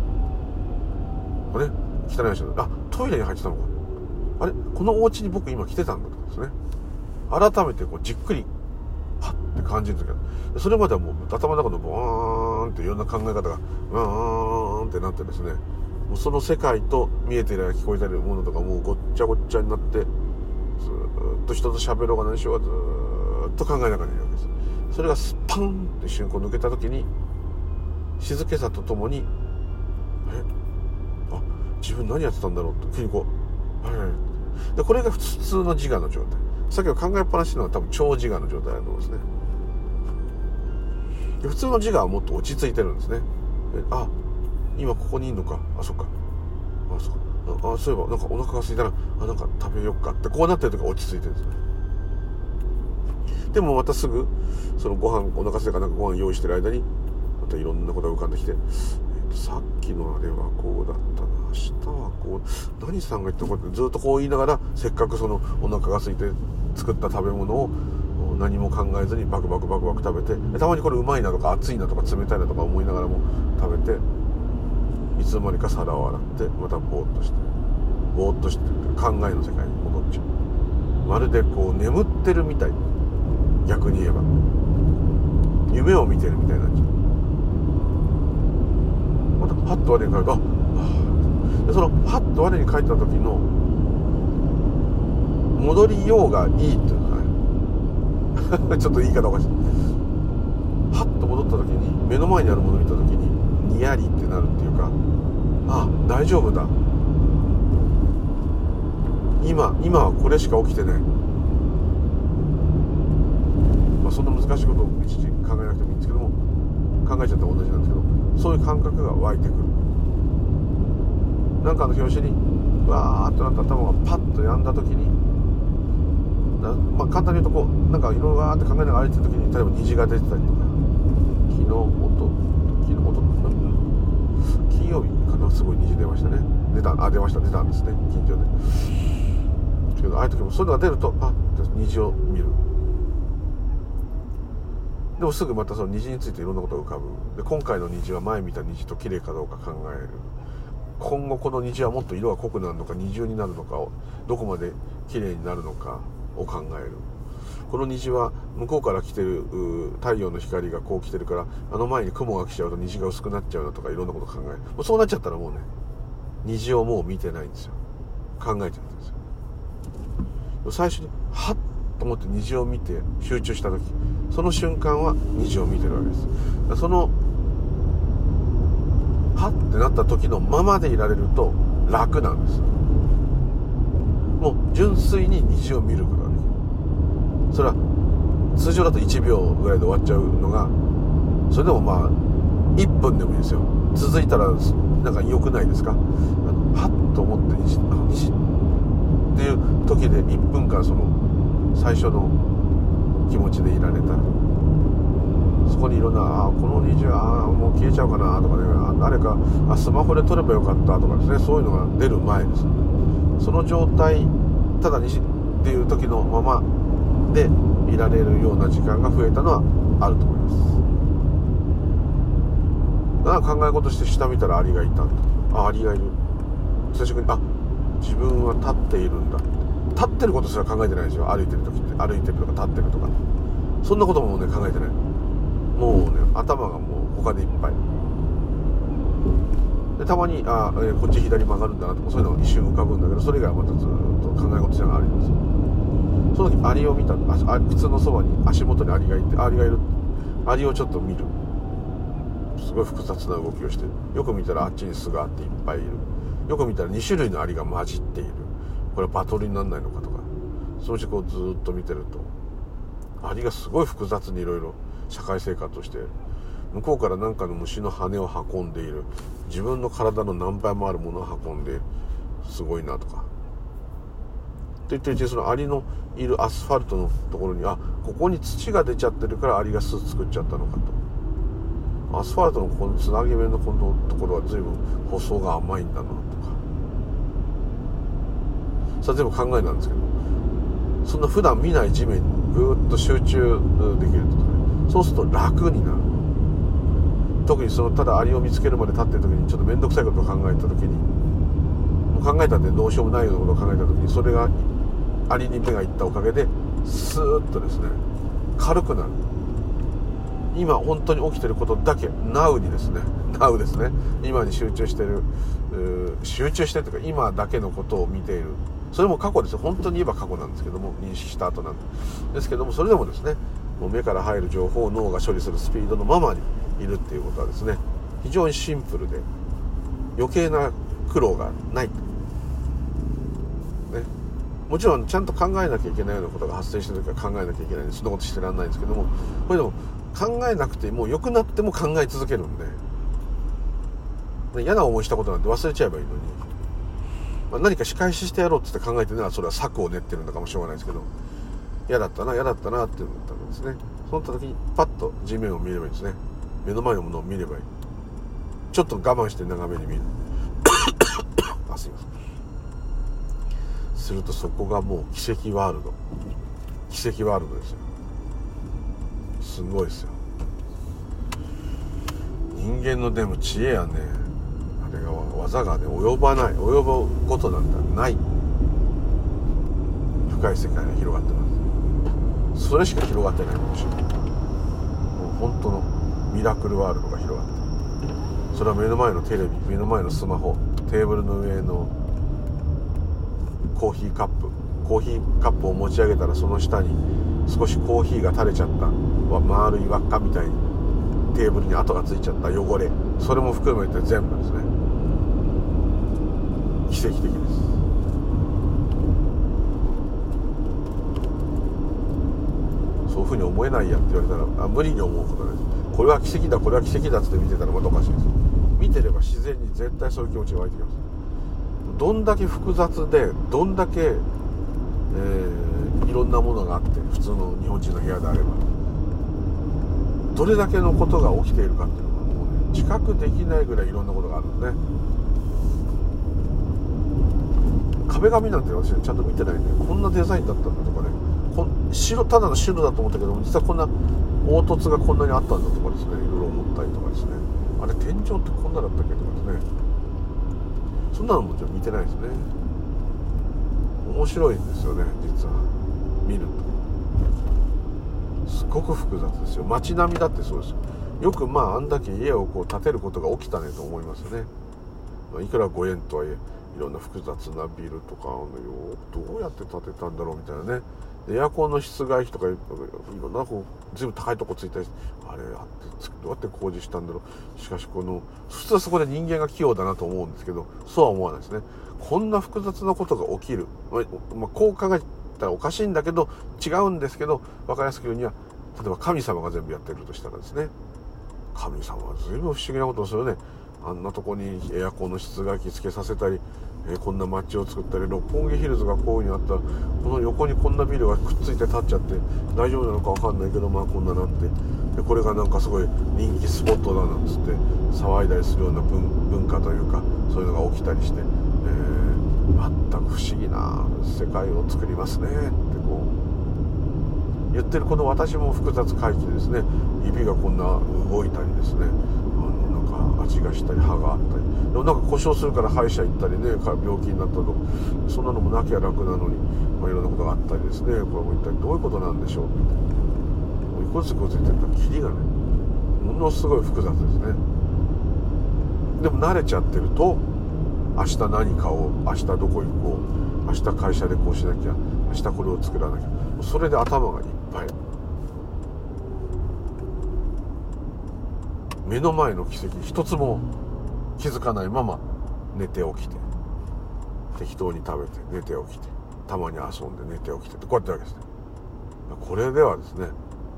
汚い話だ、トイレに入ってたのか、このお家に僕今来てたんだとかですね、改めてじっくりはって感じるんですけど、それまではもう頭の中のボーンっていろんな考え方がってなってですね、もうその世界と見えている聞こえているものとかもうごっちゃごっちゃになって、ずっと人と喋ろうが何しようがずっと考えながらいるわけです。それがスパンって瞬間抜けた時に、静けさとともに自分何やってたんだろうと急にで、これが普通の自我の状態。さっきの考えっぱなしのは多分超自我の状態だと思うんですね。で、普通の自我はもっと落ち着いてるんですね。今ここにいるのか、そっか、そういえばなんかお腹が空いたらなんか食べよっかってこうなってる時は落ち着いてるんですね。でもまたすぐそのお腹空いたからなんかご飯用意してる間にまたいろんなことが浮かんできて、さっきのあれはこうだったな、明日はこう、何さんが言ったこうってずっとこう言いながら、せっかくそのお腹が空いて作った食べ物を何も考えずにバクバク食べて、たまにこれうまいなとか熱いなとか冷たいなとか思いながらも食べて、いつの間にか皿を洗ってまたぼーっとして考えの世界に戻っちゃう。まるでこう眠ってるみたい、逆に言えば夢を見てるみたいになっちゃう。またパッと我に返るとで、そのパッと我に返った時の戻りようがいいっていうのがちょっと言い方おかしい。パッと戻った時に目の前にあるものを見た時にニヤリってなるっていうか、大丈夫だ、今はこれしか起きてない、そんな難しいことを一時考えなくてもいいんですけども、考えちゃったら同じなんですけど、そういう感覚が湧いてくる。なんかの拍子にわーっとなった頭がパッとやんだ時に、簡単に言うとこうなんかいろいろわーって考えながら歩いてる時に、例えば虹が出てたりとか、金曜日かな、すごい虹出ましたね。出たんですね、近所で。けどああいう時もそういうのが出ると虹を見る。でもすぐまたその虹についていろんなことが浮かぶ。で、今回の虹は前見た虹と綺麗かどうか考える。今後この虹はもっと色が濃くなるのか、二重になるのか、どこまで綺麗になるのかを考える。この虹は向こうから来てる太陽の光がこう来てるから、前に雲が来ちゃうと虹が薄くなっちゃうなとか、いろんなこと考える。もうそうなっちゃったらもうね、虹をもう見てないんですよ。考えちゃったんですよ。最初にハッと思って虹を見て集中した時、その瞬間は虹を見てるわけです。そのはってなった時のままでいられると楽なんです。もう純粋に虹を見ることができる。それは通常だと1秒ぐらいで終わっちゃうのが、それでも1分でもいいですよ。続いたらなんか良くないですか。はっと思って虹っていう時で1分間その最初の気持ちでいられたら、そこにいろんなこの虹はもう消えちゃうかなとかね、誰かスマホで撮ればよかったとかですね、そういうのが出る前です。その状態、ただ虹っていう時のままでいられるような時間が増えたのはあると思います。だから考え事して下見たらアリがいたんだ、アリがいる、久しぶりに自分は立っているんだ、立ってることすら考えてないですよ。歩いてる時って、歩いてるとか立ってるとか、そんなこともね考えてない。もうね、頭がもう他でいっぱいで、たまにこっち左曲がるんだなとか、そういうのが一瞬浮かぶんだけど、それ以外はまたずっと考え事しながら歩いてます。その時アリを見た、靴のそばに足元にアリがいて、アリがいる、アリをちょっと見る。 すごい複雑な動きをしてる。よく見たらあっちに巣があっていっぱいいる。よく見たら2種類のアリが混じっている。これはバトルにならないのかとか、そのうちこうずっと見てると、アリがすごい複雑にいろいろ社会生活をしている。向こうから何かの虫の羽を運んでいる。自分の体の何倍もあるものを運んでいる。すごいなとか。と言ってるうちにそのアリのいるアスファルトのところに、ここに土が出ちゃってるからアリが巣作っちゃったのかと。アスファルトのこのつなぎ目のこのところは随分舗装が甘いんだなとか。それ全部考えなんですけど、そんな普段見ない地面にぐーっと集中できると。そうすると楽になる。特にそのただアリを見つけるまで立ってる時にちょっと面倒くさいことを考えた時に、もう考えたってどうしようもないようなことを考えた時に、それがアリに目がいったおかげでスーッとですね、軽くなる。今本当に起きてることだけ、ナウにですね、ナウですね、今に集中してる、集中してるというか今だけのことを見ている。それも過去ですよ。本当に言えば過去なんですけども、認識した後なんですけども、それでもですね、もう目から入る情報を脳が処理するスピードのままにいるっていうことはですね、非常にシンプルで余計な苦労がない、ね、もちろんちゃんと考えなきゃいけないようなことが発生してる時は考えなきゃいけないんで、そんなことしてらんないんですけども、これでも考えなくても良くなっても考え続けるんで、嫌な思いしたことなんて忘れちゃえばいいのに、何か仕返ししてやろうって言って考えてるなら、それは策を練ってるんだかもしれないですけど、嫌だったなって思ったんですね。そうなった時にパッと地面を見ればいいんですね。目の前のものを見ればいい。ちょっと我慢して長めに見るすいません。するとそこがもう奇跡ワールドですよ。すごいですよ。人間のでも知恵やね、あれが技がね及ぶことなんてない。深い世界が広がってます。それしか広がってないかもしれない。もう本当のミラクルワールドが広がってる。それは目の前のテレビ、目の前のスマホ、テーブルの上のコーヒーカップを持ち上げたら、その下に少しコーヒーが垂れちゃった丸い輪っかみたいにテーブルに跡がついちゃった汚れ、それも含めて全部ですね、奇跡的です。そういうふうに思えないやって言われたら無理に思うことないです。これは奇跡だって見てたらまたおかしいです。見てれば自然に絶対そういう気持ちが湧いてきます。どんだけ複雑でどんだけ、いろんなものがあって、普通の日本人の部屋であればどれだけのことが起きているかっていうのがもうね、自覚できないぐらいいろんなことがあるんですね。壁紙なんて私ちゃんと見てないんで、こんなデザインだったんだとかね、ただの白だと思ったけど、実はこんな凹凸がこんなにあったんだとかですね、いろいろ思ったりとかですね、あれ天井ってこんなだったっけとかですね、そんなのもちろん見てないですね。面白いんですよね、実は見ると。すごく複雑ですよ。街並みだってそうですよ。よくあんだけ家をこう建てることが起きたねと思いますよね。いくらご縁とはいえ、いろんな複雑なビルとかどうやって建てたんだろうみたいなね。エアコンの室外機とかいろんな随分高いとこついたりして、あれどうやって工事したんだろう。しかし普通はそこで人間が器用だなと思うんですけど、そうは思わないですね。こんな複雑なことが起きる、こう考えたらおかしいんだけど、違うんですけど、分かりやすく言うには、例えば神様が全部やってるとしたらですね、神様は随分不思議なことをするね。あんなとこにエアコンの室外機つけさせたり、こんな街を作ったり、六本木ヒルズがこういう風にあったら、この横にこんなビルがくっついて立っちゃって大丈夫なのか分かんないけど、こんななって、でこれがなんかすごい人気スポットだなんつって騒いだりするような 文化というか、そういうのが起きたりして、全く不思議な世界を作りますねって言ってるこの私も複雑回帰でですね、指がこんな動いたりですね、味がしたり歯があったり、でも故障するから歯医者行ったりね、病気になったと、そんなのもなきゃ楽なのに、いろんなことがあったりですね、これも一体どういうことなんでしょうって一個ずつ言ってったらキリがね、ものすごい複雑ですね。でも慣れちゃってると、明日何かを、明日どこ行こう、明日会社でこうしなきゃ、明日これを作らなきゃ、それで頭がいっぱい。 目の前の奇跡一つも気づかないまま寝て起きて、適当に食べて寝て起きて、たまに遊んで寝て起きてってこうやってわけですね。これではですね、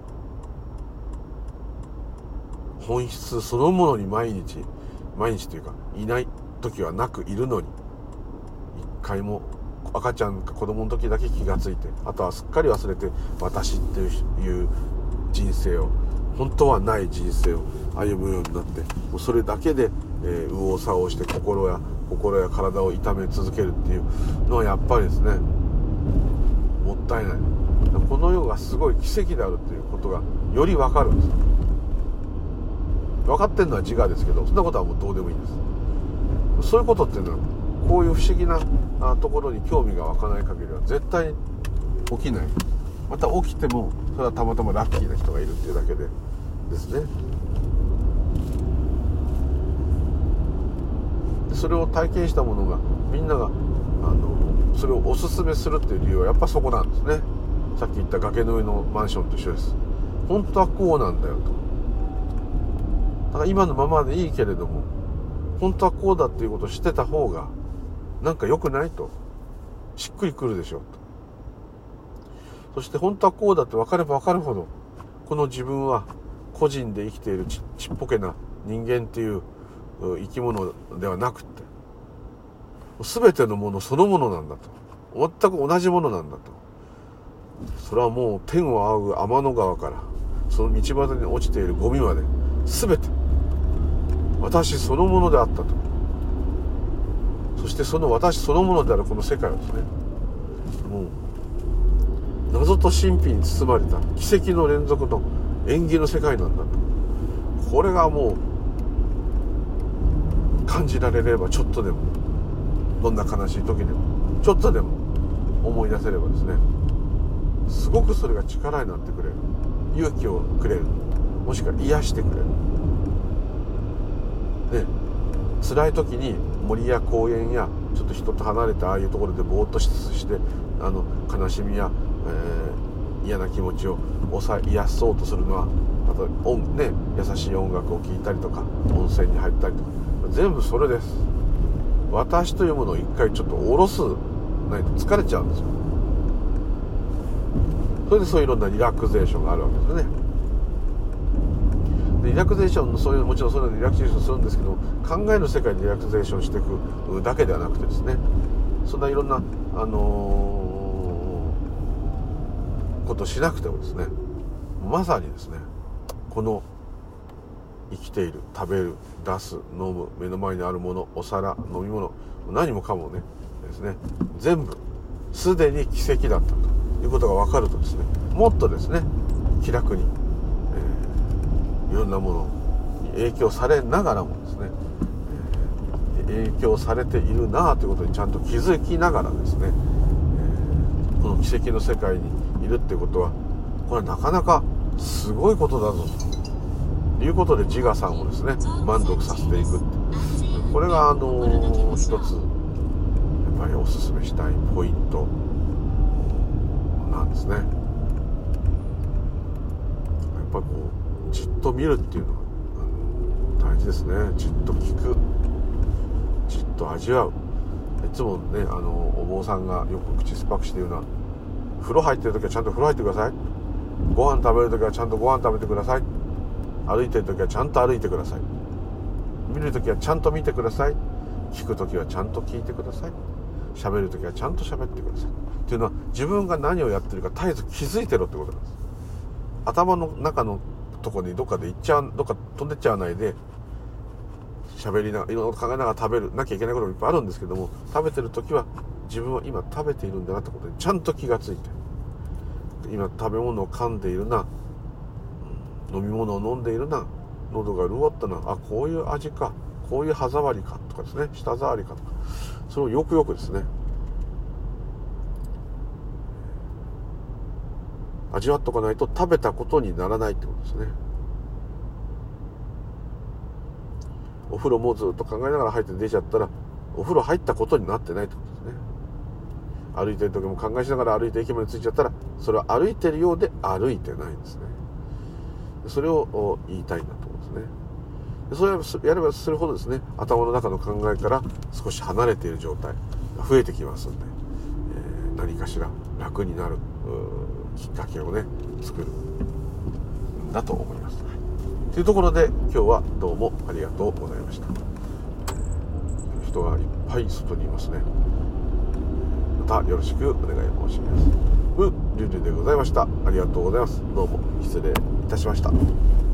本質そのものに毎日というかいない時はなくいるのに、一回も赤ちゃんか子供の時だけ気がついて、あとはすっかり忘れて私っていう人生を、本当はない人生を歩むようになって、もうそれだけで、右往左往して心や体を痛め続けるっていうのはやっぱりですね、もったいない。この世がすごい奇跡であるということがより分かるんです。分かってるのは自我ですけど、そんなことはもうどうでもいいんです。そういうことっていうのは、こういう不思議なところに興味が湧かない限りは絶対に起きない。また起きてもそれはたまたまラッキーな人がいるっていうだけでですね。それを体験したものがみんながそれをおすすめするっていう理由はやっぱそこなんですね。さっき言った崖の上のマンションと一緒です。本当はこうなんだよと。だから今のままでいいけれども、本当はこうだっていうことを知ってた方がなんか良くないと、しっくりくるでしょうと。そして本当はこうだって分かれば分かるほど、この自分は個人で生きているちっぽけな人間っていう生き物ではなくって、全てのものそのものなんだと、全く同じものなんだと。それはもう天を仰ぐ天の川からその道端に落ちているゴミまで全て私そのものであったと。そしてその私そのものであるこの世界はですね、もう謎と神秘に包まれた奇跡の連続の縁起の世界なんだと。これがもう感じられれば、ちょっとでもどんな悲しい時でもちょっとでも思い出せればですね、すごくそれが力になってくれる、勇気をくれる、もしくは癒してくれるね。辛い時に森や公園やちょっと人と離れてああいうところでぼーっとして悲しみや、嫌な気持ちを癒そうとするのは、あと優しい音楽を聴いたりとか温泉に入ったりとか、全部それです。私というものを一回ちょっと下ろすないと疲れちゃうんですよ。それでそういういろんなリラクゼーションがあるわけですよね。でリラクゼーションのもちろんそういうのリラクゼーションするんですけど、考えの世界でリラクゼーションしていくだけではなくてですね、そんないろんなことしなくてもですね、まさにですね、この生きている、食べる、出す、飲む、目の前にあるもの、お皿、飲み物、何もかもねですね、全部すでに奇跡だったということが分かるとですね、もっとですね気楽に、いろんなものに影響されながらもですね、影響されているなということにちゃんと気づきながらですね、この奇跡の世界にいるっていうことは、これはなかなかすごいことだぞということで、自我さんをですね満足させていくって、これが一つやっぱりおすすめしたいポイントなんですね。やっぱりこうじっと見るっていうのは大事ですね。じっと聞く、じっと味わう。いつもねお坊さんがよく口酸っぱくして言うのは、風呂入ってる時はちゃんと風呂入ってください、ご飯食べる時はちゃんとご飯食べてください、歩いてる時はちゃんと歩いてください、見る時はちゃんと見てください、聞く時はちゃんと聞いてください、喋る時はちゃんと喋ってくださいっていうのは、自分が何をやってるか絶えず気づいてろってことなんです。頭の中のとこにどっか飛んでっちゃわないで、喋りながらいろんなこと考えながら食べるなきゃいけないこともいっぱいあるんですけども、食べてる時は自分は今食べているんだなってことにちゃんと気がついて、今食べ物を噛んでいるな、飲み物を飲んでいるな、喉が潤ったな、あ、こういう味か、こういう歯触りかとかですね、舌触りかとか、それをよくよくですね味わっとかないと食べたことにならないってことですね。お風呂もずっと考えながら入って出ちゃったら、お風呂入ったことになってないってことですね。歩いてる時も考えしながら歩いて駅まで着いちゃったら、それは歩いてるようで歩いてないんですね。それを言いたいんだと思うんですね。 それをやればするほどですね、頭の中の考えから少し離れている状態が増えてきますんで、何かしら楽になるきっかけをね作るんだと思います。というところで今日はどうもありがとうございました。人がいっぱい外にいますね。またよろしくお願い申します。ルルでございました。ありがとうございます。どうも失礼いたしました。